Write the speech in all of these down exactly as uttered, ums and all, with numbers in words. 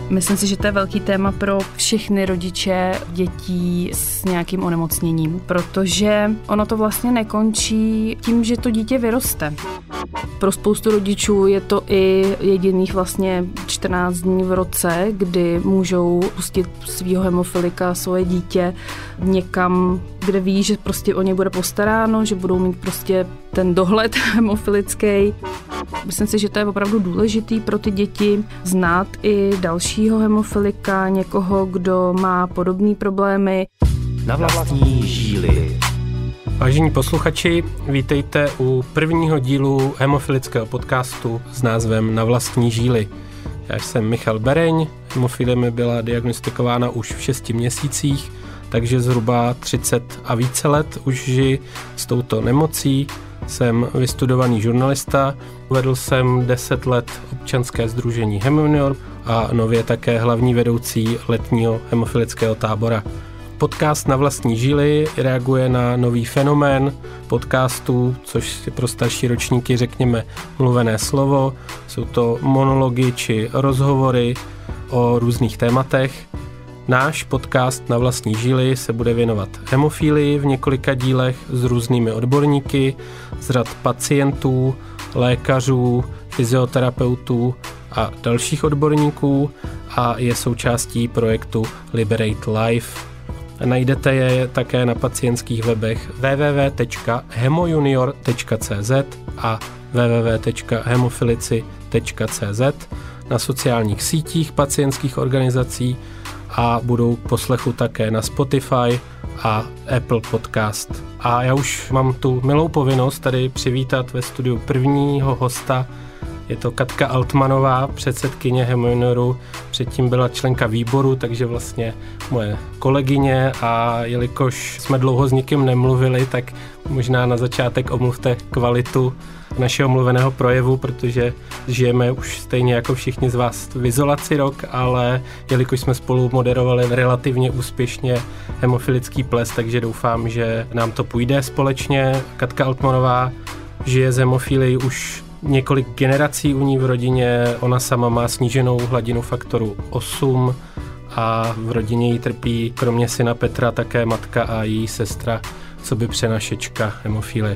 Myslím si, že to je velký téma pro všechny rodiče dětí s nějakým onemocněním, protože ono to vlastně nekončí tím, že to dítě vyroste. Pro spoustu rodičů je to i jediných vlastně čtrnáct dní v roce, kdy můžou pustit svýho hemofilika, svoje dítě někam, kde ví, že prostě o ně bude postaráno, že budou mít prostě ten dohled hemofilický. Myslím si, že to je opravdu důležitý pro ty děti znát i dalšího hemofilika, někoho, kdo má podobné problémy. Na vlastní žíly. Vážení posluchači, vítejte u prvního dílu hemofilického podcastu s názvem Na vlastní žíly. Já jsem Michal Bereň, hemofilie mi byla diagnostikována už v šesti měsících, takže zhruba třicet a více let už žiji s touto nemocí. Jsem vystudovaný žurnalista, vedl jsem deset let občanské sdružení Hemo Junior a nově také hlavní vedoucí letního hemofilického tábora. Podcast Na vlastní žíly reaguje na nový fenomén podcastů, což si pro starší ročníky řekněme mluvené slovo. Jsou to monology či rozhovory o různých tématech. Náš podcast Na vlastní žíly se bude věnovat hemofilii v několika dílech s různými odborníky, z řad pacientů, lékařů, fyzioterapeutů a dalších odborníků a je součástí projektu Liberate Life. Najdete je také na pacientských webech w w w tečka hemojunior tečka c z a w w w tečka hemofilici tečka c z, na sociálních sítích pacientských organizací a budou k poslechu také na Spotify a Apple Podcast. A já už mám tu milou povinnost tady přivítat ve studiu prvního hosta. Je to Katka Altmanová, předsedkyně Hemo Junioru, předtím byla členka výboru, takže vlastně moje kolegyně, a jelikož jsme dlouho s nikým nemluvili, tak možná na začátek omluvte kvalitu našeho mluveného projevu, protože žijeme už stejně jako všichni z vás v izolaci rok, ale jelikož jsme spolu moderovali relativně úspěšně hemofilický ples, takže doufám, že nám to půjde společně. Katka Altmanová žije z hemofilii už několik generací u ní v rodině, ona sama má sníženou hladinu faktoru osm a v rodině jí trpí kromě syna Petra také matka a její sestra, coby přenašečka hemofilie.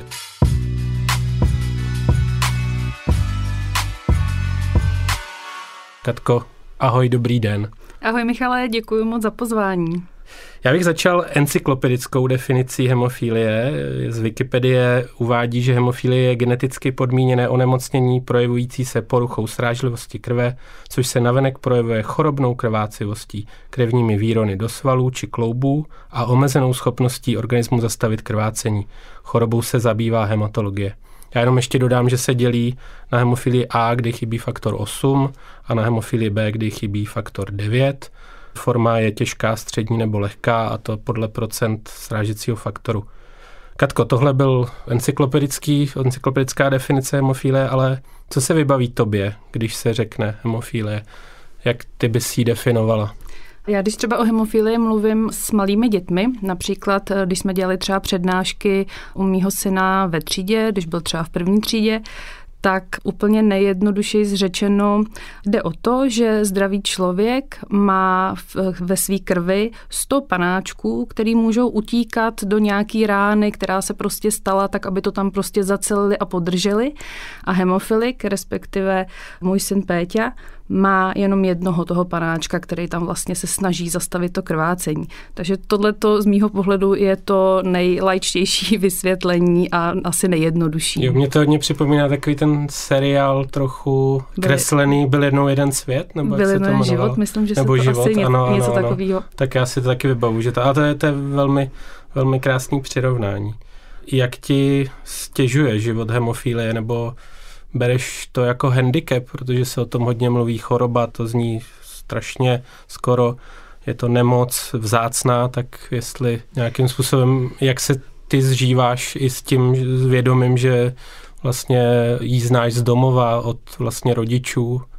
Katko, ahoj, dobrý den. Ahoj Michale, děkuji moc za pozvání. Já bych začal encyklopedickou definicí hemofilie. Z Wikipedie uvádí, že hemofilie je geneticky podmíněné onemocnění projevující se poruchou srážlivosti krve, což se navenek projevuje chorobnou krvácivostí, krevními výrony do svalů či kloubů a omezenou schopností organismu zastavit krvácení. Chorobou se zabývá hematologie. Já jenom ještě dodám, že se dělí na hemofilii A, kdy chybí faktor osm, a na hemofilii B, kdy chybí faktor devět. Forma je těžká, střední nebo lehká, a to podle procent srážecího faktoru. Katko, tohle byl encyklopedický, encyklopedická definice hemofilie, ale co se vybaví tobě, když se řekne hemofilie? Jak ty bys ji definovala? Já když třeba o hemofilii mluvím s malými dětmi, například když jsme dělali třeba přednášky u mýho syna ve třídě, když byl třeba v první třídě, tak úplně nejjednodušeji řečeno jde o to, že zdravý člověk má ve své krvi sto panáčků, který můžou utíkat do nějaký rány, která se prostě stala, tak aby to tam prostě zacelili a podrželi. A hemofilik, respektive můj syn Péťa, má jenom jednoho toho panáčka, který tam vlastně se snaží zastavit to krvácení. Takže tohleto z mýho pohledu je to nejlaičtější vysvětlení a asi nejjednodušší. Jo, mě to hodně připomíná takový ten seriál trochu kreslený, Byl jednou jeden svět? Nebo Byl jednou jeden život, myslím, že nebo se to život, asi ano, něco ano, takového. Tak já si to taky vybavu, že to, a to je, to je velmi, velmi krásný přirovnání. Jak ti stěžuje život hemofilie, nebo bereš to jako handicap, protože se o tom hodně mluví, choroba, to zní strašně skoro, je to nemoc vzácná, tak jestli nějakým způsobem, jak se ty zžíváš i s tím vědomím, že vlastně jí znáš z domova od vlastně rodičů,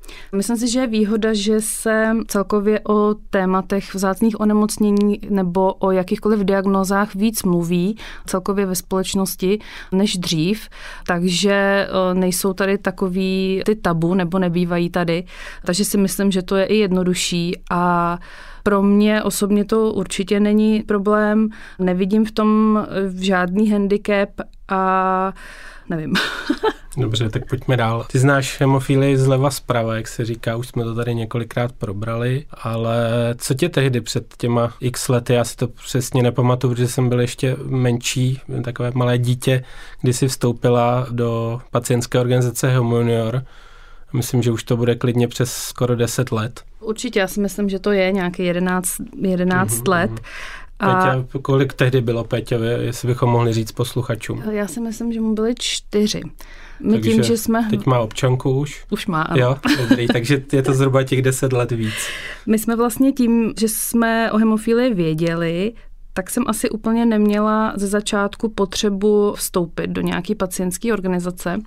Myslím si, že je výhoda, že se celkově o tématech vzácných onemocnění nebo o jakýchkoliv diagnózách víc mluví celkově ve společnosti než dřív, takže nejsou tady takový ty tabu nebo nebývají tady, takže si myslím, že to je i jednodušší a pro mě osobně to určitě není problém, nevidím v tom žádný handicap a nevím. Dobře, tak pojďme dál. Ty znáš hemofílii zleva zprava, jak se říká, už jsme to tady několikrát probrali, ale co tě tehdy před těma x lety, já si to přesně nepamatuju, protože jsem byl ještě menší, takové malé dítě, kdy jsi vstoupila do pacientské organizace Hemo Junior. Myslím, že už to bude klidně přes skoro deset let. Určitě, já si myslím, že to je nějaký jedenáct, jedenáct mm-hmm. let. A Péťa, kolik tehdy bylo Péťovi, jestli bychom mohli říct posluchačům? Já si myslím, že mu byly čtyři. My takže tím, že jsme... teď má občanku už? Už má, ano. Jo, dobrý, takže je to zhruba těch deset let víc. My jsme vlastně tím, že jsme o hemofílii věděli, tak jsem asi úplně neměla ze začátku potřebu vstoupit do nějaké pacientské organizace.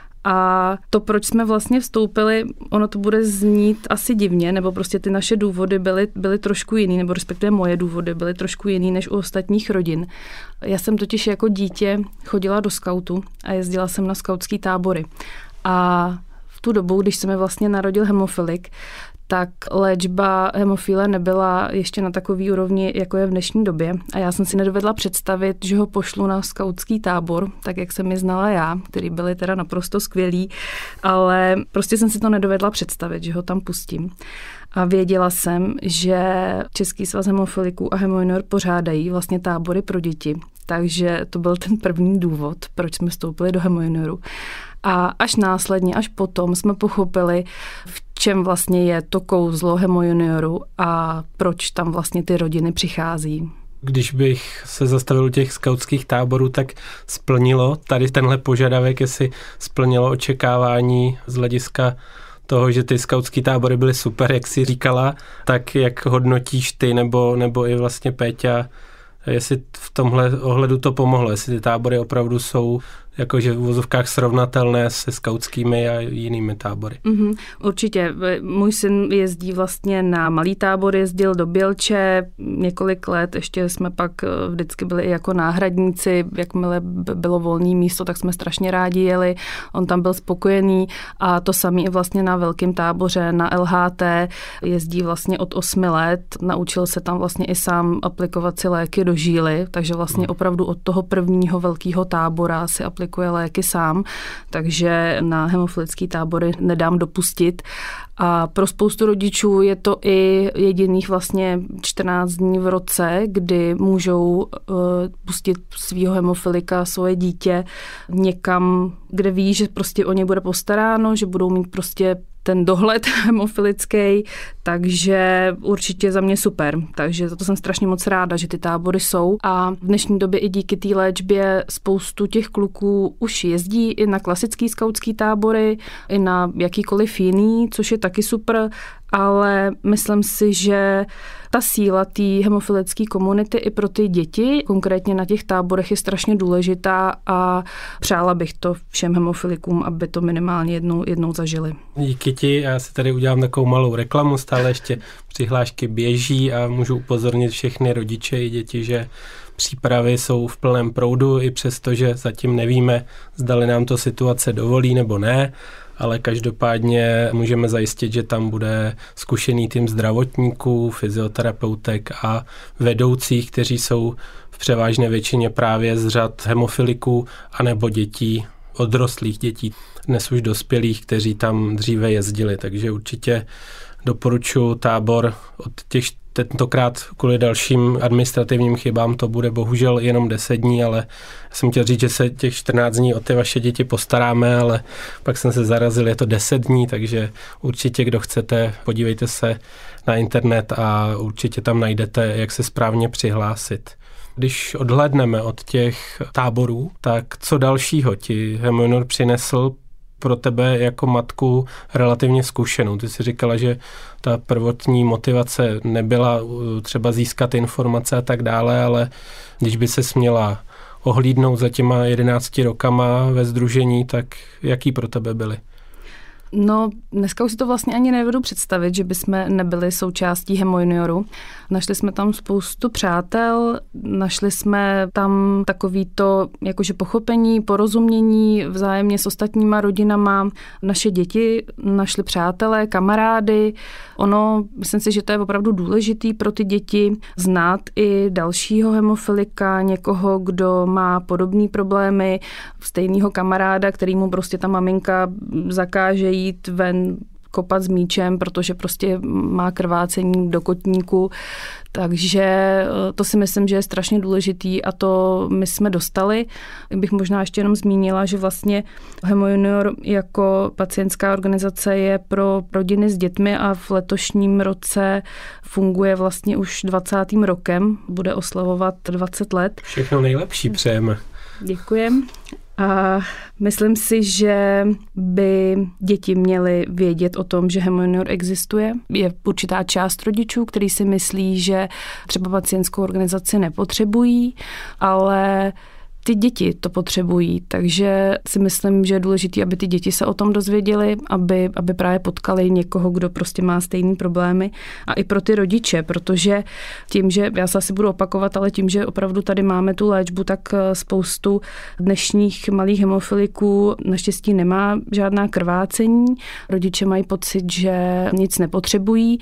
A to, proč jsme vlastně vstoupili, ono to bude znít asi divně, nebo prostě ty naše důvody byly, byly trošku jiný, nebo respektive moje důvody byly trošku jiný než u ostatních rodin. Já jsem totiž jako dítě chodila do skautu a jezdila jsem na skautský tábory. A v tu dobu, když se mi vlastně narodil hemofilik, tak léčba hemofíle nebyla ještě na takový úrovni, jako je v dnešní době. A já jsem si nedovedla představit, že ho pošlu na skautský tábor, tak jak jsem je znala já, který byli teda naprosto skvělí, ale prostě jsem si to nedovedla představit, že ho tam pustím. A věděla jsem, že Český svaz hemofiliků a Hemo Junior pořádají vlastně tábory pro děti. Takže to byl ten první důvod, proč jsme vstoupili do Hemo Junioru. A až následně, až potom jsme pochopili, v čem vlastně je to kouzlo Hemo Junioru a proč tam vlastně ty rodiny přichází. Když bych se zastavil u těch skautských táborů, tak splnilo tady tenhle požadavek, jestli splnilo očekávání z hlediska toho, že ty skautský tábory byly super, jak jsi říkala, tak jak hodnotíš ty nebo, nebo i vlastně Péťa, jestli v tomhle ohledu to pomohlo, jestli ty tábory opravdu jsou jakože v uvozovkách srovnatelné se skautskými a jinými tábory. Mm-hmm, určitě. Můj syn jezdí vlastně na malý tábor, jezdil do Bělče několik let, ještě jsme pak vždycky byli i jako náhradníci, jakmile bylo volné místo, tak jsme strašně rádi jeli, on tam byl spokojený a to samý i vlastně na velkém táboře, na L H T, jezdí vlastně od osmi let, naučil se tam vlastně i sám aplikovat si léky do žíly, takže vlastně opravdu od toho prvního velkého tábora si aplikovat aplikuje léky sám, takže na hemofilické tábory nedám dopustit. A pro spoustu rodičů je to i jediných vlastně čtrnáct dní v roce, kdy můžou uh, pustit svýho hemofilika, svoje dítě někam, kde ví, že prostě o ně bude postaráno, že budou mít prostě ten dohled hemofilický, takže určitě za mě super. Takže za to jsem strašně moc ráda, že ty tábory jsou a v dnešní době i díky té léčbě spoustu těch kluků už jezdí i na klasický skautský tábory, i na jakýkoliv jiný, což je taky super, ale myslím si, že ta síla té hemofilické komunity i pro ty děti, konkrétně na těch táborech, je strašně důležitá a přála bych to všem hemofilikům, aby to minimálně jednou, jednou zažili. Díky ti, já si tady udělám takovou malou reklamu, stále ještě přihlášky běží a můžu upozornit všechny rodiče i děti, že přípravy jsou v plném proudu, i přesto, že zatím nevíme, zdali nám to situace dovolí nebo ne, ale každopádně můžeme zajistit, že tam bude zkušený tým zdravotníků, fyzioterapeutek a vedoucích, kteří jsou v převážné většině právě z řad hemofiliků anebo dětí, odrostlých dětí, dnes už dospělých, kteří tam dříve jezdili. Takže určitě doporučuji tábor od těch tentokrát kvůli dalším administrativním chybám to bude bohužel jenom deset dní, ale jsem chtěl říct, že se těch čtrnáct dní o ty vaše děti postaráme, ale pak jsem se zarazil, je to deset dní, takže určitě, kdo chcete, podívejte se na internet a určitě tam najdete, jak se správně přihlásit. Když odhlédneme od těch táborů, tak co dalšího ti Hemo Junior přinesl pro tebe jako matku relativně zkušenou? Ty jsi říkala, že ta prvotní motivace nebyla třeba získat informace a tak dále, ale když by se směla ohlídnout za těma jedenácti rokama ve sdružení, tak jaký pro tebe byly? No, dneska už si to vlastně ani nevedu představit, že bychom nebyli součástí Hemo Junioru. Našli jsme tam spoustu přátel, našli jsme tam takovýto jakože pochopení, porozumění vzájemně s ostatníma rodinama. Naše děti našly přátelé, kamarády. Ono, myslím si, že to je opravdu důležitý pro ty děti znát i dalšího hemofilika, někoho, kdo má podobné problémy, stejného kamaráda, kterýmu prostě ta maminka zakáže jít ven kopat s míčem, protože prostě má krvácení do kotníku. Takže to si myslím, že je strašně důležitý a to my jsme dostali. Bych možná ještě jenom zmínila, že vlastně Hemo Junior jako pacientská organizace je pro rodiny s dětmi a v letošním roce funguje vlastně už dvacátým rokem. Bude oslavovat dvacet let. Všechno nejlepší přejeme. Děkujem. A myslím si, že by děti měly vědět o tom, že Hemo Junior existuje. Je určitá část rodičů, který si myslí, že třeba pacientskou organizaci nepotřebují, ale ty děti to potřebují, takže si myslím, že je důležité, aby ty děti se o tom dozvěděly, aby, aby právě potkali někoho, kdo prostě má stejné problémy a i pro ty rodiče, protože tím, že já se asi budu opakovat, ale tím, že opravdu tady máme tu léčbu, tak spoustu dnešních malých hemofiliků naštěstí nemá žádná krvácení, rodiče mají pocit, že nic nepotřebují,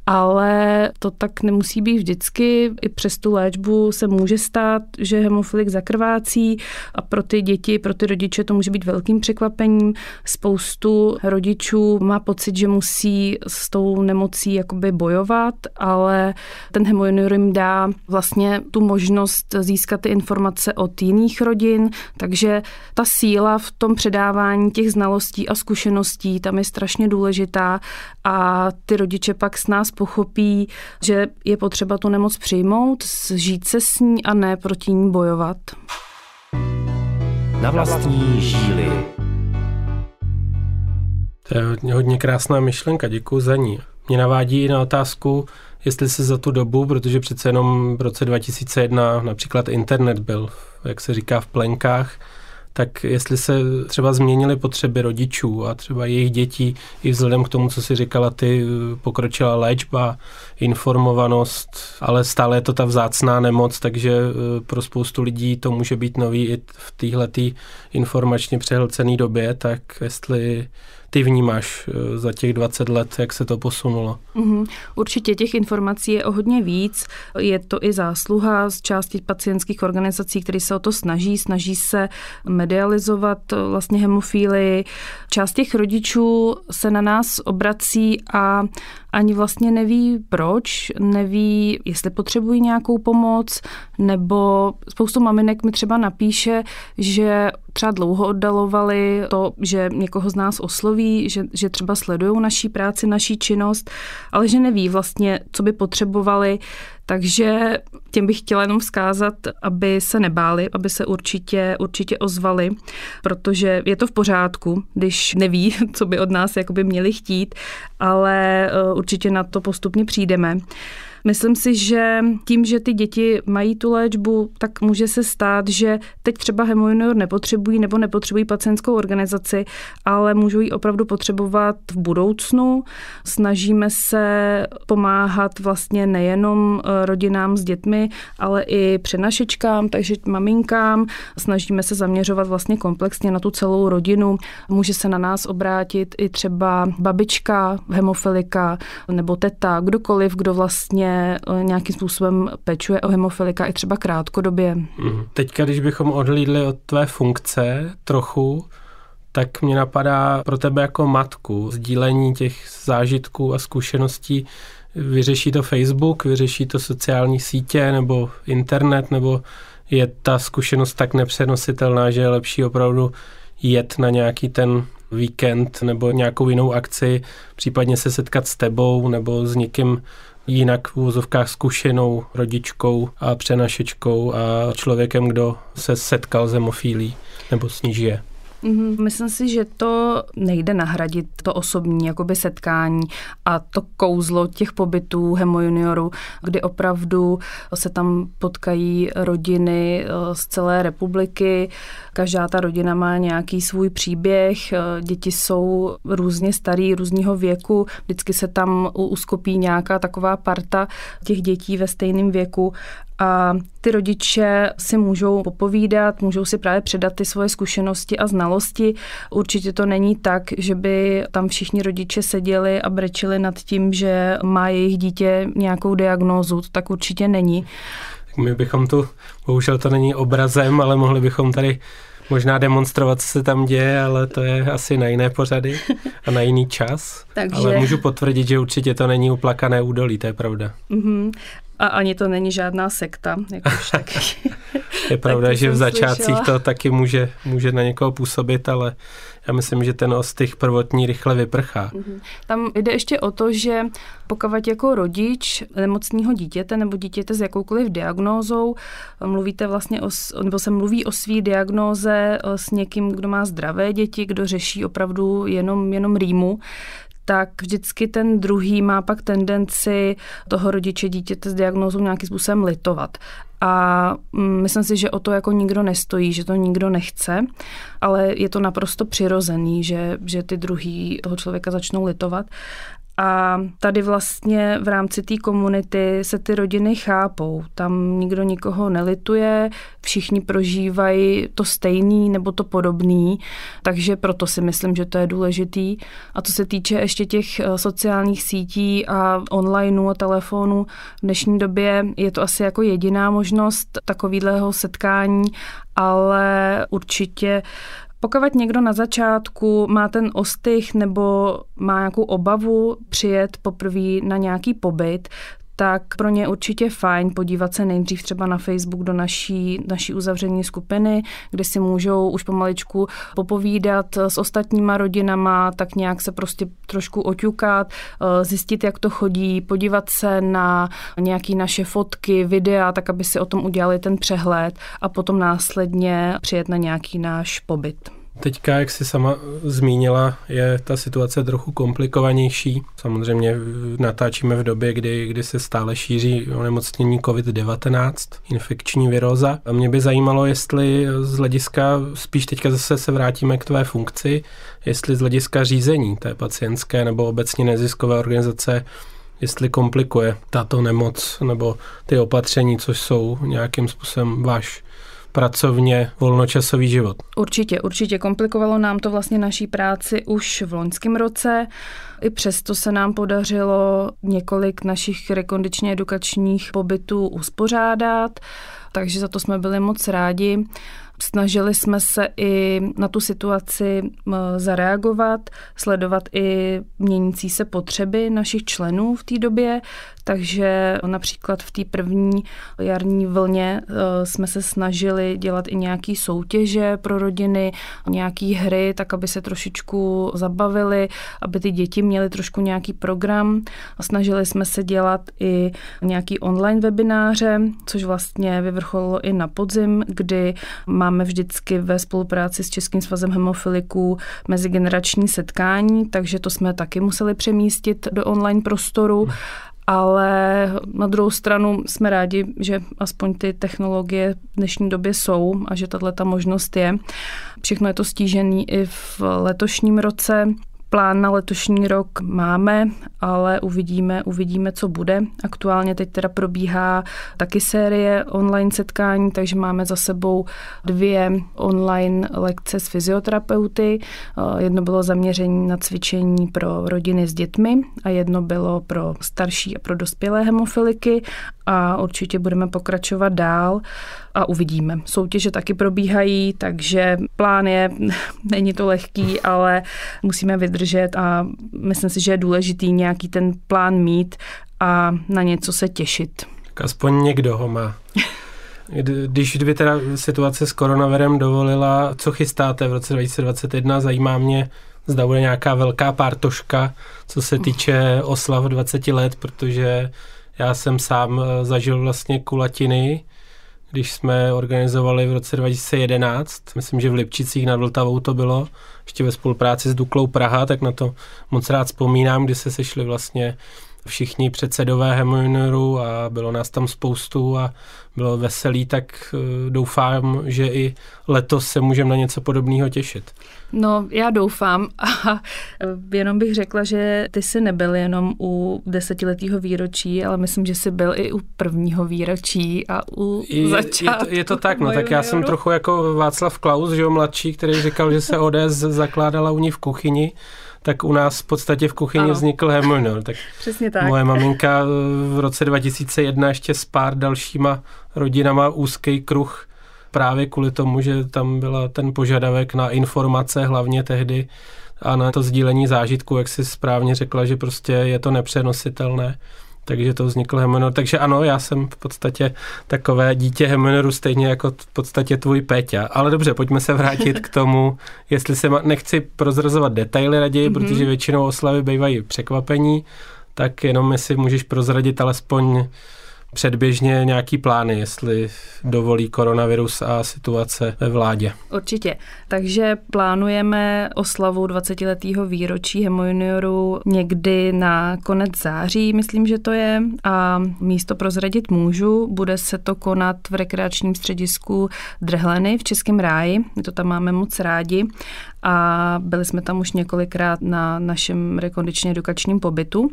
ale to tak nemusí být vždycky. I přes tu léčbu se může stát, že hemofilik zakrvácí a pro ty děti, pro ty rodiče to může být velkým překvapením. Spoustu rodičů má pocit, že musí s tou nemocí jakoby bojovat, ale ten Hemo Junior jim dá vlastně tu možnost získat ty informace od jiných rodin, takže ta síla v tom předávání těch znalostí a zkušeností tam je strašně důležitá a ty rodiče pak s nás pochopí, že je potřeba tu nemoc přijmout, žít se s ní a ne proti ní bojovat. Na vlastní žíly. To je hodně, hodně krásná myšlenka, děkuji za ní. Mě navádí i na otázku, jestli se za tu dobu, protože přece jenom v roce dva tisíce jedna například internet byl, jak se říká, v plenkách, tak jestli se třeba změnily potřeby rodičů a třeba jejich dětí i vzhledem k tomu, co si říkala ty, pokročila léčba, informovanost, ale stále je to ta vzácná nemoc, takže pro spoustu lidí to může být nový i v téhletý informačně přehlcený době, tak jestli ty vnímáš za těch dvacet let, jak se to posunulo? Mm, určitě těch informací je o hodně víc. Je to i zásluha z části pacientských organizací, které se o to snaží. Snaží se medializovat vlastně hemofílii. Část těch rodičů se na nás obrací a ani vlastně neví proč, neví, jestli potřebují nějakou pomoc, nebo spoustu maminek mi třeba napíše, že třeba dlouho oddalovali to, že někoho z nás osloví, že, že třeba sledují naší práci, naší činnost, ale že neví vlastně, co by potřebovali. Takže těm bych chtěla jenom vzkázat, aby se nebáli, aby se určitě, určitě ozvali, protože je to v pořádku, když neví, co by od nás jakoby měli chtít, ale určitě na to postupně přijdeme. Myslím si, že tím, že ty děti mají tu léčbu, tak může se stát, že teď třeba Hemo Junior nepotřebují nebo nepotřebují pacientskou organizaci, ale můžou ji opravdu potřebovat v budoucnu. Snažíme se pomáhat vlastně nejenom rodinám s dětmi, ale i přenašečkám, takže maminkám. Snažíme se zaměřovat vlastně komplexně na tu celou rodinu. Může se na nás obrátit i třeba babička hemofilika nebo teta, kdokoliv, kdo vlastně nějakým způsobem pečuje o hemofilika i třeba krátkodobě. Teďka, když bychom odhlídli od tvé funkce trochu, tak mě napadá pro tebe jako matku sdílení těch zážitků a zkušeností. Vyřeší to Facebook, vyřeší to sociální sítě nebo internet, nebo je ta zkušenost tak nepřenositelná, že je lepší opravdu jet na nějaký ten víkend nebo nějakou jinou akci, případně se setkat s tebou nebo s někým jinak v uvozovkách zkušenou rodičkou a přenašečkou a člověkem, kdo se setkal s hemofílií nebo s ní žije. Mm-hmm. Myslím si, že to nejde nahradit to osobní jakoby setkání a to kouzlo těch pobytů Hemo Junioru, kdy opravdu se tam potkají rodiny z celé republiky. Každá ta rodina má nějaký svůj příběh, děti jsou různě starý, různého věku, vždycky se tam uskopí nějaká taková parta těch dětí ve stejném věku a ty rodiče si můžou popovídat, můžou si právě předat ty svoje zkušenosti a znalosti. Určitě to není tak, že by tam všichni rodiče seděli a brečeli nad tím, že má jejich dítě nějakou diagnózu. To tak určitě není. My bychom tu, bohužel to není obrazem, ale mohli bychom tady možná demonstrovat, co se tam děje, ale to je asi na jiné pořady a na jiný čas. Takže... Ale můžu potvrdit, že určitě to není uplakané údolí, to je pravda. Mm-hmm. A ani to není žádná sekta. Jak už taky. Je pravda, že v začátcích slyšela. To taky může, může na někoho působit, ale já myslím, že ten ostych prvotní rychle vyprchá. Mm-hmm. Tam jde ještě o to, že pokud jako rodič nemocného dítěte nebo dítěte s jakoukoliv diagnózou mluvíte vlastně o, nebo se mluví o svý diagnóze s někým, kdo má zdravé děti, kdo řeší opravdu jenom, jenom rýmu, tak vždycky ten druhý má pak tendenci toho rodiče dítěte s diagnózou nějakým způsobem litovat. A myslím si, že o to jako nikdo nestojí, že to nikdo nechce, ale je to naprosto přirozený, že, že ty druhý toho člověka začnou litovat. A tady vlastně v rámci té komunity se ty rodiny chápou. Tam nikdo nikoho nelituje, všichni prožívají to stejný nebo to podobný, takže proto si myslím, že to je důležitý. A co se týče ještě těch sociálních sítí a onlineu a telefonů, v dnešní době je to asi jako jediná možnost takového setkání, ale určitě pokud někdo na začátku má ten ostych nebo má nějakou obavu přijet poprvé na nějaký pobyt, tak pro ně je určitě fajn podívat se nejdřív třeba na Facebook do naší, naší uzavření skupiny, kde si můžou už pomaličku popovídat s ostatníma rodinama, tak nějak se prostě trošku oťukat, zjistit, jak to chodí, podívat se na nějaké naše fotky, videa, tak aby si o tom udělali ten přehled a potom následně přijet na nějaký náš pobyt. Teďka, jak jsi sama zmínila, je ta situace trochu komplikovanější. Samozřejmě natáčíme v době, kdy, kdy se stále šíří onemocnění covid devatenáct, infekční viróza. A mě by zajímalo, jestli z hlediska, spíš teďka zase se vrátíme k tvé funkci, jestli z hlediska řízení té pacientské nebo obecně neziskové organizace, jestli komplikuje tato nemoc nebo ty opatření, což jsou nějakým způsobem váš pracovně volnočasový život. Určitě, určitě komplikovalo nám to vlastně naší práci už v loňském roce. I přesto se nám podařilo několik našich rekondičně edukačních pobytů uspořádat, takže za to jsme byli moc rádi. Snažili jsme se i na tu situaci zareagovat, sledovat i měnící se potřeby našich členů v té době, takže například v té první jarní vlně jsme se snažili dělat i nějaké soutěže pro rodiny, nějaké hry, tak aby se trošičku zabavili, aby ty děti měly trošku nějaký program. Snažili jsme se dělat i nějaký online webináře, což vlastně vyvrcholilo i na podzim, kdy máme vždycky ve spolupráci s Českým svazem hemofiliků mezigenerační setkání, takže to jsme taky museli přemístit do online prostoru. Ale na druhou stranu jsme rádi, že aspoň ty technologie v dnešní době jsou a že tato možnost je. Všechno je to stížený i v letošním roce. Plán na letošní rok máme, ale uvidíme, uvidíme, co bude. Aktuálně teď teda probíhá taky série online setkání, takže máme za sebou dvě online lekce s fyzioterapeuty. Jedno bylo zaměření na cvičení pro rodiny s dětmi a jedno bylo pro starší a pro dospělé hemofiliky a určitě budeme pokračovat dál a uvidíme. Soutěže taky probíhají, takže plán je, není to lehký, ale musíme vydržet a myslím si, že je důležitý nějaký ten plán mít a na něco se těšit. Tak aspoň někdo ho má. Když by teda situace s koronavirem dovolila, co chystáte v roce dva tisíce dvacet jedna, zajímá mě, zda bude nějaká velká pártoška, co se týče oslav dvacet let, protože já jsem sám zažil vlastně kulatiny, když jsme organizovali v roce dva tisíce jedenáct, myslím, že v Lipčicích nad Vltavou to bylo, ještě ve spolupráci s Duklou Praha, tak na to moc rád vzpomínám, kdy se sešli vlastně všichni předsedové Hemojuniorů a bylo nás tam spoustu a bylo veselý, tak doufám, že i letos se můžeme na něco podobného těšit. No, já doufám a jenom bych řekla, že ty jsi nebyl jenom u desetiletého výročí, ale myslím, že jsi byl i u prvního výročí a u je, začátku. Je to, je to tak, no, tak já jsem trochu jako Václav Klaus, že jo, mladší, který říkal, že se O D S zakládala u ní v kuchyni, tak u nás v podstatě v kuchyni ano. vznikl Hemojunior. Tak přesně tak. Moje maminka v roce dva tisíce jedna ještě s pár dalšíma rodinama úzký kruh právě kvůli tomu, že tam byla ten požadavek na informace hlavně tehdy a na to sdílení zážitku, jak jsi správně řekla, že prostě je to nepřenositelné. Takže to vznikl Hemojunior. Takže ano, já jsem v podstatě takové dítě Hemojunioru stejně jako v podstatě tvůj Péťa. Ale dobře, pojďme se vrátit k tomu, jestli se ma... nechci prozrazovat detaily raději, mm-hmm. protože většinou oslavy bývají překvapení, tak jenom jestli můžeš prozradit alespoň předběžně nějaký plány, jestli dovolí koronavirus a situace ve vládě. Určitě. Takže plánujeme oslavu dvacetiletého výročí Hemojunioru někdy na konec září, myslím, že to je. A místo prozradit můžu, bude se to konat v rekreačním středisku Drhleny v Českém Ráji. My to tam máme moc rádi a byli jsme tam už několikrát na našem rekondičně edukačním pobytu.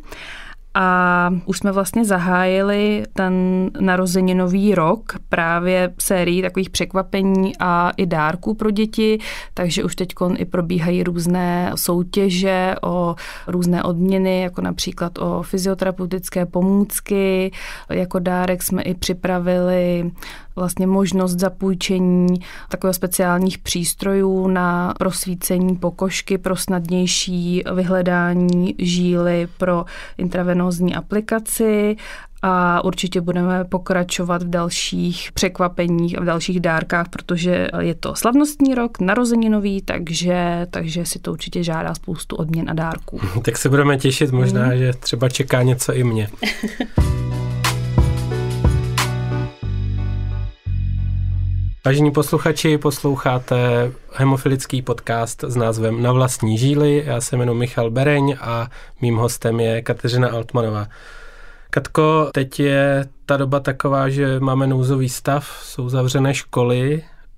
A už jsme vlastně zahájili ten narozeninový rok právě sérií takových překvapení a i dárků pro děti, takže už teď i probíhají různé soutěže o různé odměny, jako například o fyzioterapeutické pomůcky. Jako dárek jsme i připravili vlastně možnost zapůjčení takových speciálních přístrojů na prosvícení pokožky pro snadnější vyhledání žíly pro intravenózní aplikaci a určitě budeme pokračovat v dalších překvapeních a v dalších dárkách, protože je to slavnostní rok, narozeninový, takže, takže si to určitě žádá spoustu odměn a dárků. Tak se budeme těšit, možná, mm. že třeba čeká něco i mě. Vážení posluchači, posloucháte hemofilický podcast s názvem Na vlastní žíly. Já se jmenuji Michal Bereň a mým hostem je Kateřina Altmanová. Katko, teď je ta doba taková, že máme nouzový stav, jsou zavřené školy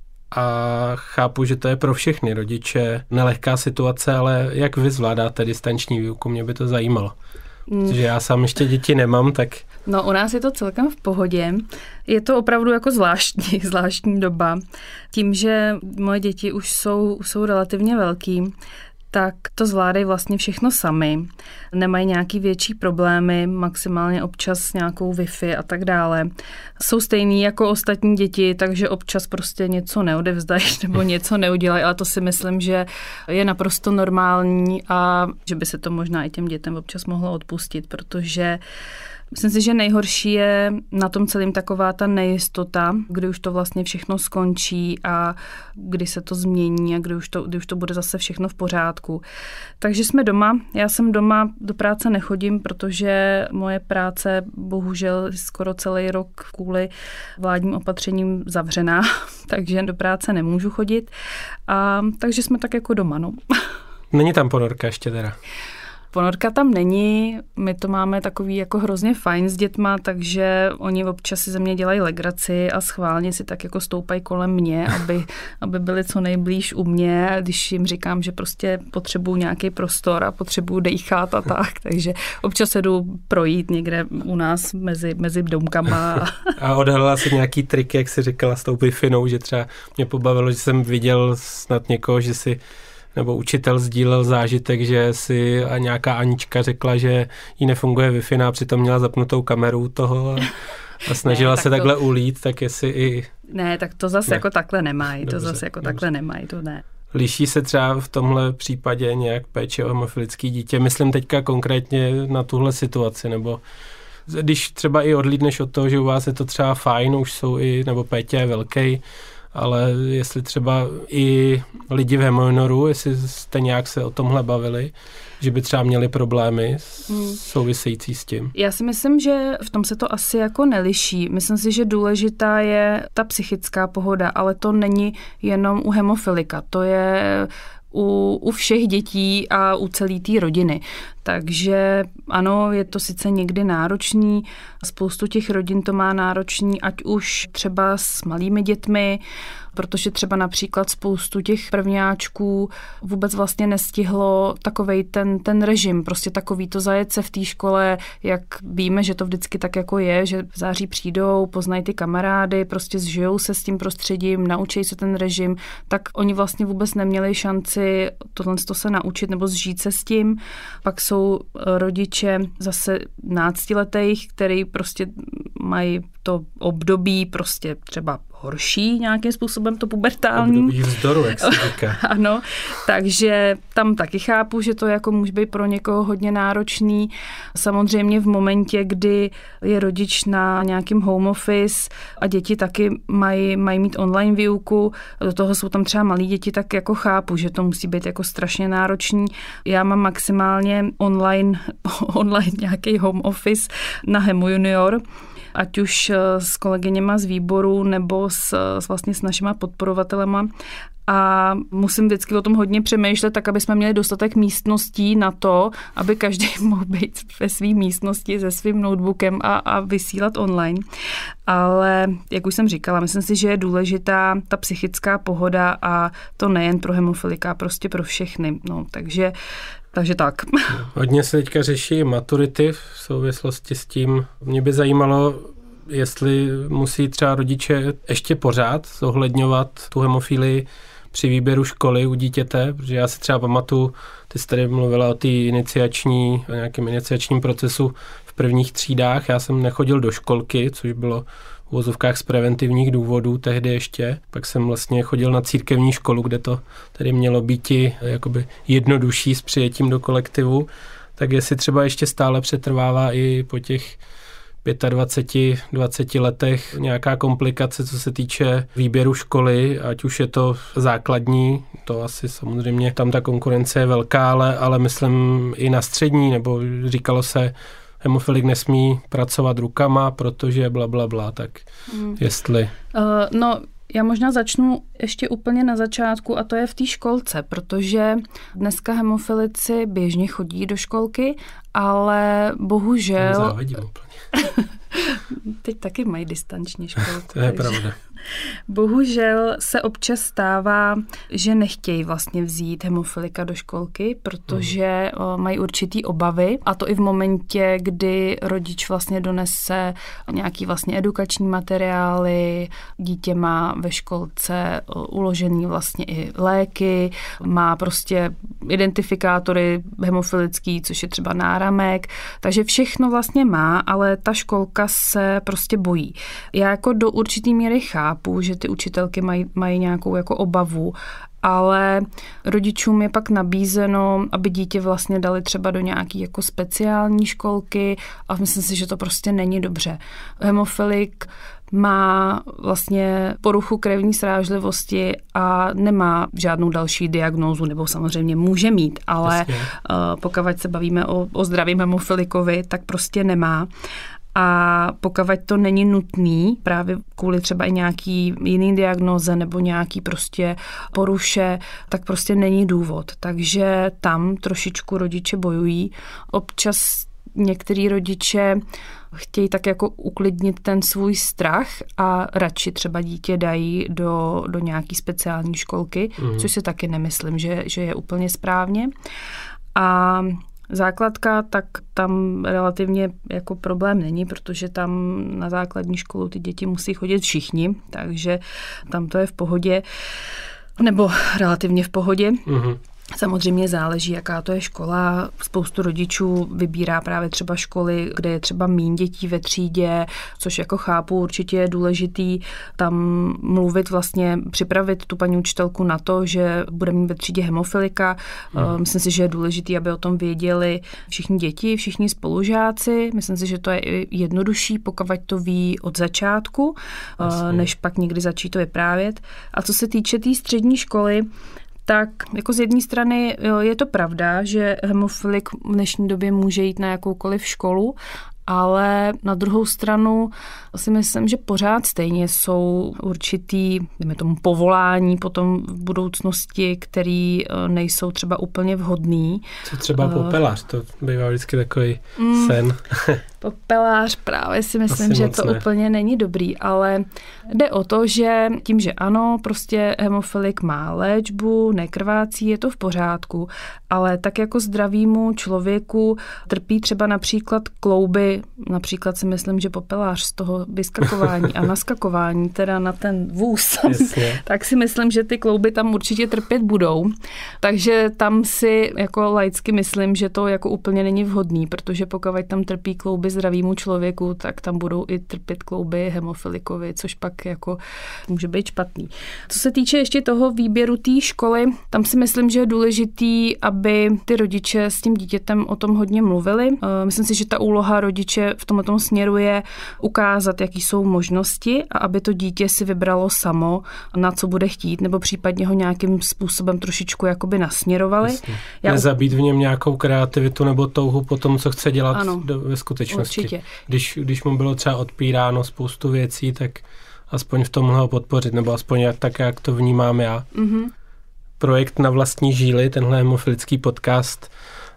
a chápu, že to je pro všechny rodiče nelehká situace, ale jak vy zvládáte distanční výuku, mě by to zajímalo. Protože já sám ještě děti nemám, tak... No, u nás je to celkem v pohodě. Je to opravdu jako zvláštní, zvláštní doba. Tím, že moje děti už jsou, jsou relativně velký, tak to zvládají vlastně všechno sami. Nemají nějaký větší problémy, maximálně občas nějakou Wi-Fi a tak dále. Jsou stejný jako ostatní děti, takže občas prostě něco neodevzdají nebo něco neudělají, ale to si myslím, že je naprosto normální a že by se to možná i těm dětem občas mohlo odpustit, protože myslím si, že nejhorší je na tom celým taková ta nejistota, kdy už to vlastně všechno skončí a kdy se to změní a kdy už to, kdy už to bude zase všechno v pořádku. Takže jsme doma. Já jsem doma, do práce nechodím, protože moje práce bohužel skoro celý rok kvůli vládním opatřením zavřená, takže do práce nemůžu chodit. A, takže jsme tak jako doma, no. Není tam ponorka ještě teda? Ponorka tam není, my to máme takový jako hrozně fajn s dětma, takže oni občas si ze mě dělají legraci a schválně si tak jako stoupají kolem mě, aby, aby byli co nejblíž u mě, když jim říkám, že prostě potřebuju nějaký prostor a potřebuju dejchat a tak, takže občas se jdu projít někde u nás mezi, mezi domkama. A odhalila si nějaký trik, jak jsi říkala s tou Wi-Finou, že třeba mě pobavilo, že jsem viděl snad někoho, že si nebo učitel sdílel zážitek, že si a nějaká Anička řekla, že jí nefunguje Wi-Fi a přitom měla zapnutou kameru toho a, a snažila ne, tak se to... takhle ulít, tak jestli i... Ne, tak to zase ne. jako takhle nemají, dobře, to zase jako dobře. takhle nemají, to ne. Liší se třeba v tomhle případě nějak péče o hemofilické dítě? Myslím teďka konkrétně na tuhle situaci, nebo když třeba i odlídneš od toho, že u vás je to třeba fajn, už jsou i, nebo Pétě je velký, ale jestli třeba i lidi v Hemojunoru, jestli jste nějak se o tomhle bavili, že by třeba měli problémy hmm. související s tím. Já si myslím, že v tom se to asi jako neliší. Myslím si, že důležitá je ta psychická pohoda, ale to není jenom u hemofilika. To je u, u všech dětí a u celé té rodiny. Takže ano, je to sice někdy náročný, spoustu těch rodin to má náročný, ať už třeba s malými dětmi, protože třeba například spoustu těch prvňáčků vůbec vlastně nestihlo takovej ten, ten režim, prostě takový to zajet se v té škole, jak víme, že to vždycky tak jako je, že v září přijdou, poznají ty kamarády, prostě zžijou se s tím prostředím, naučí se ten režim, tak oni vlastně vůbec neměli šanci tohle se naučit nebo zžít se s tím. Pak jsou rodiče zase náctiletých, který prostě mají to období prostě třeba horší nějakým způsobem, to pubertální. Období vzdoru, jak se říká. Ano, takže tam taky chápu, že to jako může být pro někoho hodně náročný. Samozřejmě v momentě, kdy je rodič na nějakým home office a děti taky mají, mají mít online výuku, do toho jsou tam třeba malí děti, tak jako chápu, že to musí být jako strašně náročný. Já mám maximálně online, online nějaký home office na Hemu Junior, ať už s kolegyněma z výboru nebo s, s vlastně s našima podporovatelema. A musím vždycky o tom hodně přemýšlet, tak aby jsme měli dostatek místností na to, aby každý mohl být ve své místnosti se svým notebookem a, a vysílat online. Ale jak už jsem říkala, myslím si, že je důležitá ta psychická pohoda a to nejen pro hemofilika, prostě pro všechny. No, takže Takže tak. Hodně se teďka řeší maturity v souvislosti s tím. Mě by zajímalo, jestli musí třeba rodiče ještě pořád zohledňovat tu hemofilii při výběru školy u dítěte, protože já si třeba pamatuju, ty jsi tady mluvila o té iniciační, o nějakém iniciačním procesu v prvních třídách. Já jsem nechodil do školky, což bylo v uvozovkách z preventivních důvodů tehdy ještě. Pak jsem vlastně chodil na církevní školu, kde to tedy mělo být jakoby jednodušší s přijetím do kolektivu. Tak jestli třeba ještě stále přetrvává i po těch dvaceti pěti, dvaceti letech nějaká komplikace, co se týče výběru školy, ať už je to základní, to asi samozřejmě tam ta konkurence je velká, ale, ale myslím i na střední, nebo říkalo se, hemofilik nesmí pracovat rukama, protože bla, bla, bla, tak hmm. jestli... Uh, no, já možná začnu ještě úplně na začátku a to je v té školce, protože dneska hemofilici běžně chodí do školky, ale bohužel... Závidím úplně. Teď taky mají distanční školku. To je takže... pravda. Bohužel se občas stává, že nechtějí vlastně vzít hemofilika do školky, protože mm. mají určitý obavy a to i v momentě, kdy rodič vlastně donese nějaký vlastně edukační materiály, dítě má ve školce uložený vlastně i léky, má prostě identifikátory hemofilický, což je třeba náramek, takže všechno vlastně má, ale ta školka se prostě bojí. Já jako do určitý míry chápu, že ty učitelky mají, mají nějakou jako obavu, ale rodičům je pak nabízeno, aby dítě vlastně dali třeba do nějaký jako speciální školky a myslím si, že to prostě není dobře. Hemofilik má vlastně poruchu krevní srážlivosti a nemá žádnou další diagnózu, nebo samozřejmě může mít, ale Jasně. pokud se bavíme o, o zdravém hemofilikovi, tak prostě nemá. A pokud to není nutný, právě kvůli třeba i nějaký jiný diagnoze nebo nějaký prostě poruše, tak prostě není důvod. Takže tam trošičku rodiče bojují. Občas některý rodiče chtějí tak jako uklidnit ten svůj strach a radši třeba dítě dají do, do nějaký speciální školky, mm. což si taky nemyslím, že, že je úplně správně. A základka, tak tam relativně jako problém není, protože tam na základní školu ty děti musí chodit všichni, takže tam to je v pohodě, nebo relativně v pohodě. Mm-hmm. Samozřejmě záleží, jaká to je škola. Spoustu rodičů vybírá právě třeba školy, kde je třeba míň dětí ve třídě, což jako chápu, určitě je důležitý tam mluvit vlastně, připravit tu paní učitelku na to, že bude mít ve třídě hemofilika. Mm. Myslím si, že je důležitý, aby o tom věděli všichni děti, všichni spolužáci. Myslím si, že to je i jednodušší, pokud to ví od začátku, Jasně. než pak někdy začít to vyprávět. A co se týče té tý střední školy, tak jako z jedné strany jo, je to pravda, že hemofilik v dnešní době může jít na jakoukoliv školu, ale na druhou stranu si myslím, že pořád stejně jsou určitý, dejme tomu, povolání potom v budoucnosti, který nejsou třeba úplně vhodný. Co třeba popelář, to bývá vždycky takový mm, sen. Popelář právě si myslím, Asi že to ne. úplně není dobrý, ale jde o to, že tím, že ano, prostě hemofilik má léčbu, nekrvácí, je to v pořádku, ale tak jako zdravýmu člověku trpí třeba například klouby, například si myslím, že popelář z toho vyskakování a naskakování teda na ten vůz, tak si myslím, že ty klouby tam určitě trpět budou. Takže tam si jako laicky myslím, že to jako úplně není vhodný, protože pokud tam trpí klouby zdravýmu člověku, tak tam budou i trpět klouby hemofilikovi, což pak jako může být špatný. Co se týče ještě toho výběru té školy, tam si myslím, že je důležitý, aby ty rodiče s tím dítětem o tom hodně mluvili. Myslím si, že ta úloha rodiče v tomto směru je ukázat, jaký jsou možnosti a aby to dítě si vybralo samo, na co bude chtít, nebo případně ho nějakým způsobem trošičku jakoby nasměrovali. Já Nezabít v něm nějakou kreativitu nebo touhu po tom, co chce dělat ano, do, ve skutečnosti. Určitě. Když, když mu bylo třeba odpíráno spoustu věcí, tak aspoň v tomhle ho podpořit, nebo aspoň jak, tak, jak to vnímám já. Mm-hmm. Projekt Na vlastní žíly, tenhle hemofilický podcast,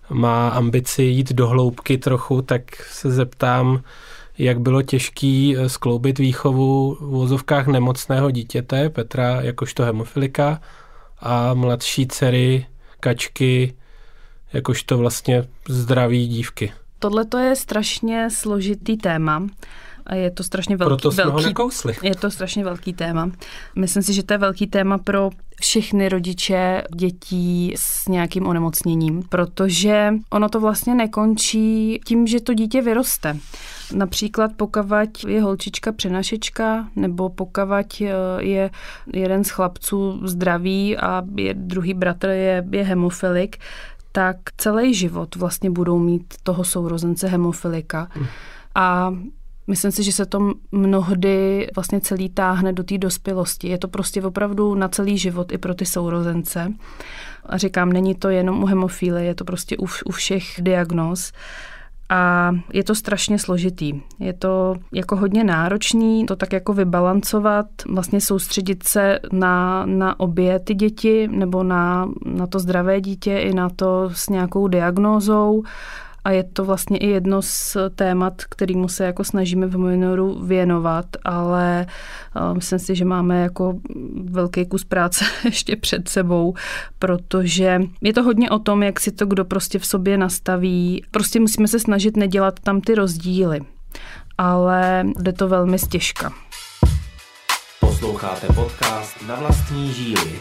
má ambici jít do hloubky trochu, tak se zeptám, jak bylo těžký skloubit výchovu v uvozovkách nemocného dítěte, Petra jakožto hemofilika, a mladší dcery, Kačky, jakožto vlastně zdraví dívky. Tohle to je strašně složitý téma. A je to strašně velký, Proto jsme velký, ho nekousli. Je to strašně velký téma. Myslím si, že to je velký téma pro všechny rodiče dětí s nějakým onemocněním, protože ono to vlastně nekončí tím, že to dítě vyroste. Například pokavať je holčička přenašečka, nebo pokavať je jeden z chlapců zdravý a je, druhý bratr je, je hemofilik, tak celý život vlastně budou mít toho sourozence hemofilika. Hmm. A myslím si, že se to mnohdy vlastně celý táhne do té dospělosti. Je to prostě opravdu na celý život i pro ty sourozence. A říkám, není to jenom u hemofilie, je to prostě u, u všech diagnóz. A je to strašně složitý. Je to jako hodně náročný to tak jako vybalancovat, vlastně soustředit se na, na obě ty děti nebo na, na to zdravé dítě i na to s nějakou diagnózou. A je to vlastně i jedno z témat, kterýmu se jako snažíme v Mojnoru věnovat, ale uh, myslím si, že máme jako velký kus práce ještě před sebou, protože je to hodně o tom, jak si to kdo prostě v sobě nastaví. Prostě musíme se snažit nedělat tam ty rozdíly, ale jde to velmi stěžka. Posloucháte podcast Na vlastní žíly.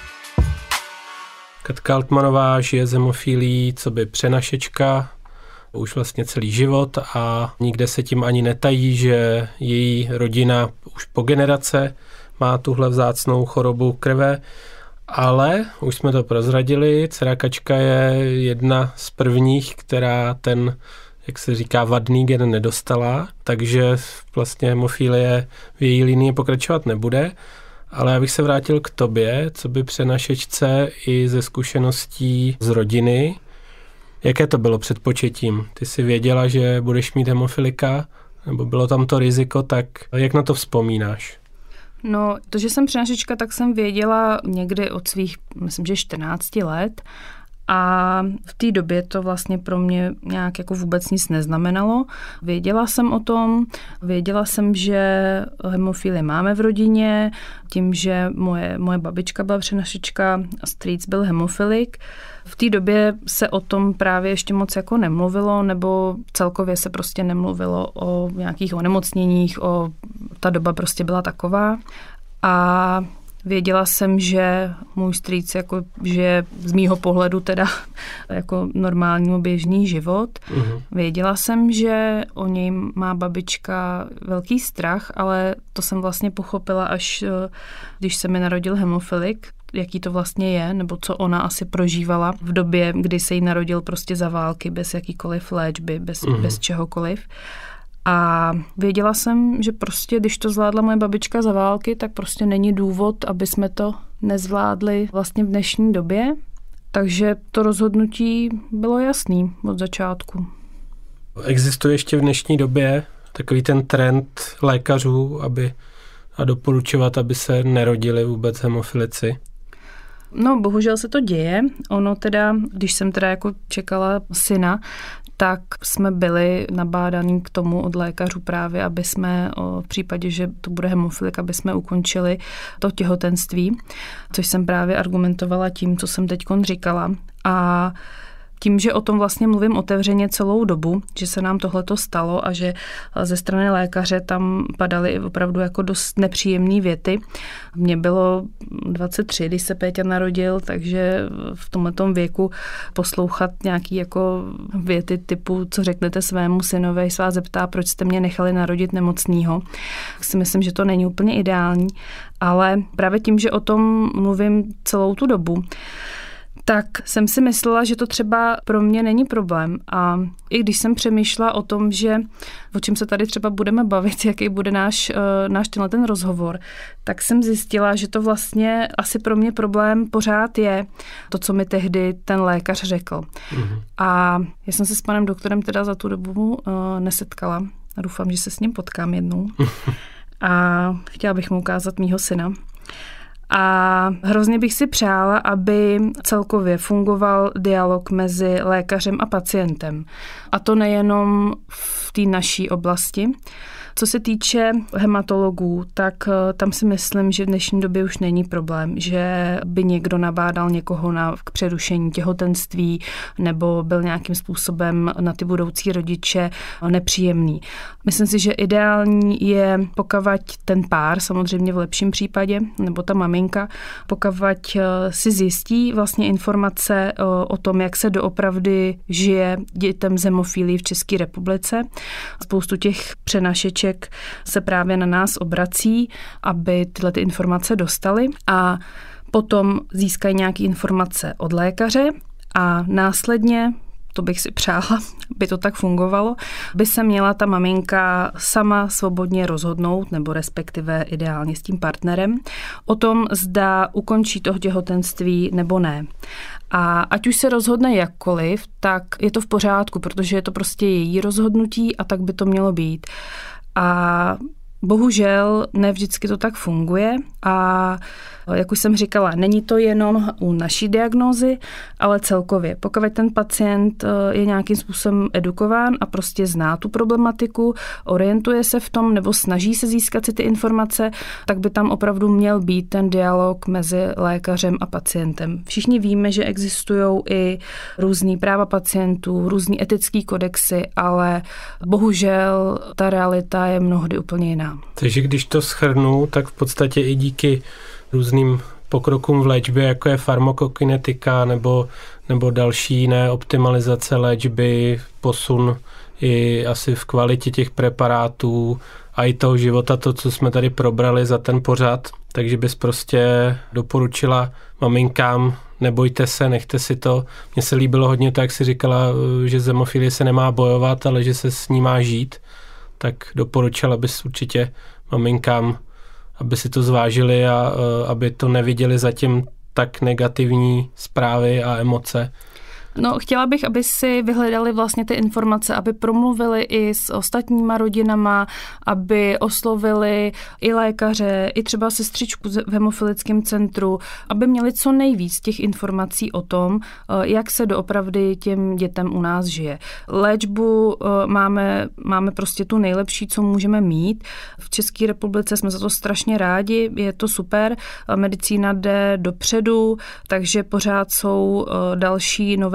Katka Altmanová žije z hemofilií coby přenašečka už vlastně celý život a nikde se tím ani netají, že její rodina už po generace má tuhle vzácnou chorobu krve, ale už jsme to prozradili, dcera Kačka je jedna z prvních, která ten, jak se říká, vadný gen nedostala, takže vlastně hemofilie v její linii pokračovat nebude. Ale já bych se vrátil k tobě, co by přenašečce i ze zkušeností z rodiny. Jaké to bylo před početím? Ty jsi věděla, že budeš mít hemofilika, nebo bylo tam to riziko, tak jak na to vzpomínáš? No, to, že jsem přenašečka, tak jsem věděla někdy od svých, myslím, že čtrnácti let. A v té době to vlastně pro mě nějak jako vůbec nic neznamenalo. Věděla jsem o tom, věděla jsem, že hemofilii máme v rodině, tím, že moje, moje babička byla přenašečka a strýc byl hemofilik. V té době se o tom právě ještě moc jako nemluvilo, nebo celkově se prostě nemluvilo o nějakých onemocněních, o, ta doba prostě byla taková. A Věděla jsem, že můj strýc jako žije z mýho pohledu teda jako normální běžný život. Uh-huh. Věděla jsem, že o něj má babička velký strach, ale to jsem vlastně pochopila, až když se mi narodil hemofilik, jaký to vlastně je, nebo co ona asi prožívala v době, kdy se jí narodil prostě za války, bez jakýkoliv léčby, bez, uh-huh. bez čehokoliv. A věděla jsem, že prostě, když to zvládla moje babička za války, tak prostě není důvod, aby jsme to nezvládli vlastně v dnešní době. Takže to rozhodnutí bylo jasný od začátku. Existuje ještě v dnešní době takový ten trend lékařů, aby a doporučovat, aby se nerodili vůbec hemofilici? No, bohužel se to děje. Ono teda, když jsem teda jako čekala syna, tak jsme byli nabádaní k tomu od lékařů právě, aby jsme v případě, že to bude hemofilik, aby jsme ukončili to těhotenství, což jsem právě argumentovala tím, co jsem teďkon říkala. A tím, že o tom vlastně mluvím otevřeně celou dobu, že se nám tohleto stalo a že ze strany lékaře tam padaly opravdu jako dost nepříjemné věty. Mně bylo dvacet tři, když se Péťa narodil, takže v tomhletom věku poslouchat nějaký jako věty typu, co řeknete svému synovi, když se vás zeptá, proč jste mě nechali narodit nemocnýho. Tak si myslím, že to není úplně ideální, ale právě tím, že o tom mluvím celou tu dobu, tak jsem si myslela, že to třeba pro mě není problém. A i když jsem přemýšlela o tom, že o čem se tady třeba budeme bavit, jaký bude náš, náš tenhle ten rozhovor, tak jsem zjistila, že to vlastně asi pro mě problém pořád je to, co mi tehdy ten lékař řekl. Mm-hmm. A já jsem se s panem doktorem teda za tu dobu uh, nesetkala. A doufám, že se s ním potkám jednou. A chtěla bych mu ukázat mýho syna. A hrozně bych si přála, aby celkově fungoval dialog mezi lékařem a pacientem. A to nejenom v té naší oblasti. Co se týče hematologů, tak tam si myslím, že v dnešní době už není problém, že by někdo nabádal někoho na, k přerušení těhotenství nebo byl nějakým způsobem na ty budoucí rodiče nepříjemný. Myslím si, že ideální je, pokavať ten pár, samozřejmě v lepším případě, nebo ta maminka, pokavať si zjistí vlastně informace o, o tom, jak se doopravdy žije dětem s hemofilií v České republice. Spoustu těch přenašeček se právě na nás obrací, aby tyhle ty informace dostali a potom získají nějaké informace od lékaře a následně, to bych si přála, by to tak fungovalo, by se měla ta maminka sama svobodně rozhodnout, nebo respektive ideálně s tím partnerem, o tom, zda ukončí to těhotenství nebo ne. A ať už se rozhodne jakkoliv, tak je to v pořádku, protože je to prostě její rozhodnutí a tak by to mělo být. A bohužel ne vždycky to tak funguje a jak už jsem říkala, není to jenom u naší diagnózy, ale celkově. Pokud ten pacient je nějakým způsobem edukován a prostě zná tu problematiku, orientuje se v tom nebo snaží se získat si ty informace, tak by tam opravdu měl být ten dialog mezi lékařem a pacientem. Všichni víme, že existují i různý práva pacientů, různý etický kodexy, ale bohužel ta realita je mnohdy úplně jiná. Takže když to shrnu, tak v podstatě i díky různým pokrokům v léčbě, jako je farmakokinetika nebo, nebo další jiné optimalizace léčby, posun i asi v kvalitě těch preparátů a i toho života, to, co jsme tady probrali za ten pořad. Takže bys prostě doporučila maminkám, nebojte se, nechte si to. Mně se líbilo hodně to, jak jsi říkala, že z hemofilie se nemá bojovat, ale že se s ní má žít. Tak doporučila bys určitě maminkám, aby si to zvážili a aby to neviděli zatím tak negativní zprávy a emoce. No, chtěla bych, aby si vyhledali vlastně ty informace, aby promluvili i s ostatníma rodinama, aby oslovili i lékaře, i třeba sestřičku v hemofilickém centru, aby měli co nejvíc těch informací o tom, jak se doopravdy těm dětem u nás žije. Léčbu máme, máme prostě tu nejlepší, co můžeme mít. V České republice jsme za to strašně rádi, je to super, medicína jde dopředu, takže pořád jsou další nové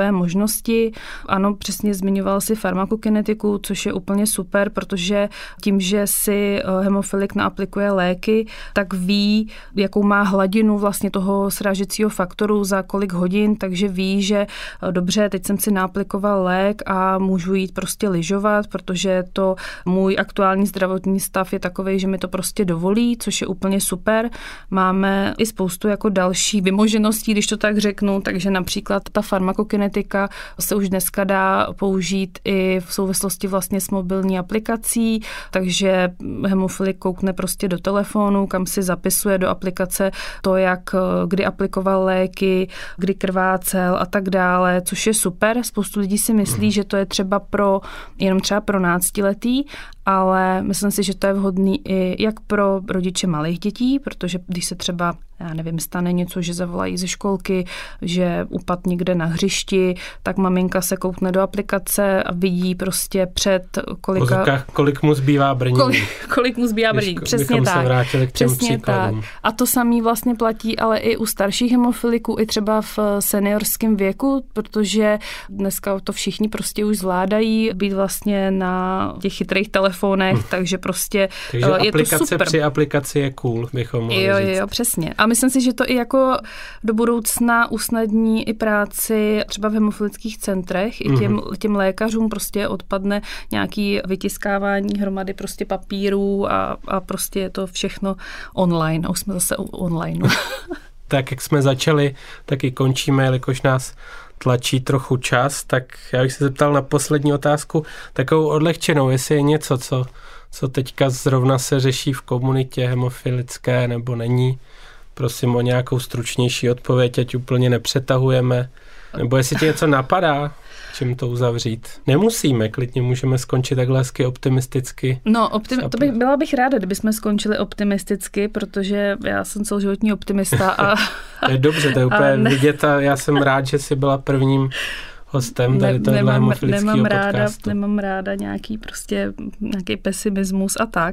svoje možnosti. Ano, přesně zmiňoval si farmakokinetiku, což je úplně super, protože tím, že si hemofilik naaplikuje léky, tak ví, jakou má hladinu vlastně toho srážecího faktoru za kolik hodin, takže ví, že dobře, teď jsem si naaplikoval lék a můžu jít prostě lyžovat, protože to můj aktuální zdravotní stav je takovej, že mi to prostě dovolí, což je úplně super. Máme i spoustu jako další vymožeností, když to tak řeknu, takže například ta farmakokinetika se už dneska dá použít i v souvislosti vlastně s mobilní aplikací, takže hemofilik koukne prostě do telefonu, kam si zapisuje do aplikace to, jak kdy aplikoval léky, kdy krvácel a tak dále, což je super. Spoustu lidí si myslí, že to je třeba pro jenom třeba pro náctiletý, ale myslím si, že to je vhodný i jak pro rodiče malých dětí, protože když se třeba, já nevím, stane něco, že zavolají ze školky, že upad někde na hřišti, tak maminka se koukne do aplikace a vidí prostě před kolika... Pozukách, kolik mu zbývá brnění. Kolik, kolik mu zbývá brnění, přesně tak. Se vrátili k těm přesně příkladům. Tak. A to samý vlastně platí ale i u starších hemofiliků, i třeba v seniorském věku, protože dneska to všichni prostě už zvládají být vlastně na těch chytrých telefonech, hm. takže prostě takže je aplikace to super. Při aplikaci je cool, bychom mohli jo, říct. Jo, přesně. A myslím si, že to i jako do budoucna usnadní i práci třeba v hemofilických centrech, i těm, mm-hmm. těm lékařům prostě odpadne nějaký vytiskávání hromady prostě papírů a, a prostě je to všechno online. A už jsme zase online. Tak jak jsme začali, tak i končíme, jelikož nás tlačí trochu čas, tak já bych se zeptal na poslední otázku, takovou odlehčenou, jestli je něco, co, co teďka zrovna se řeší v komunitě hemofilické, nebo není. Prosím o nějakou stručnější odpověď, ať úplně nepřetahujeme. Nebo jestli ti něco napadá, čím to uzavřít. Nemusíme, klidně můžeme skončit takhle hezky optimisticky. No, optim- to bych, byla bych ráda, kdybychom skončili optimisticky, protože já jsem celoživotní optimista. A, to je dobře, to je úplně ne- vidět a já jsem rád, že jsi byla prvním hostem tady tohle nemám, hemofilického nemám ráda, podcastu. Nemám ráda nějaký prostě nějaký pesimismus a tak.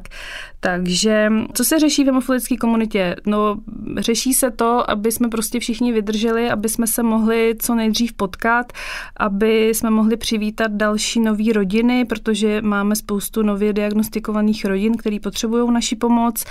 Takže co se řeší v hemofilické komunitě? No, řeší se to, aby jsme prostě všichni vydrželi, aby jsme se mohli co nejdřív potkat, aby jsme mohli přivítat další nový rodiny, protože máme spoustu nově diagnostikovaných rodin, který potřebují naši pomoc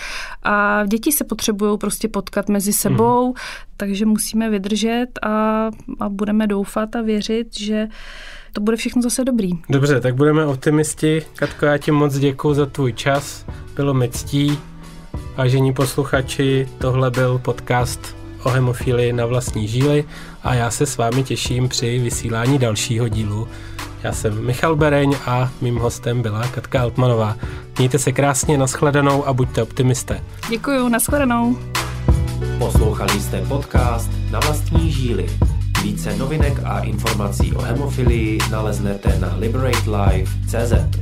a děti se potřebují prostě potkat mezi sebou, mm. takže musíme vydržet a, a budeme doufat a věřit, že to bude všechno zase dobrý. Dobře, tak budeme optimisti. Katko, já ti moc děkuju za tvůj čas. Bylo mi ctí. Vážení posluchači, tohle byl podcast o hemofilii na vlastní žíli a já se s vámi těším při vysílání dalšího dílu. Já jsem Michal Bereň a mým hostem byla Katka Altmanová. Mějte se krásně, nashledanou a buďte optimisté. Děkuju, nashledanou. Poslouchali jste podcast Na vlastní žíli. Více novinek a informací o hemofilii naleznete na liberate life tečka cé zet.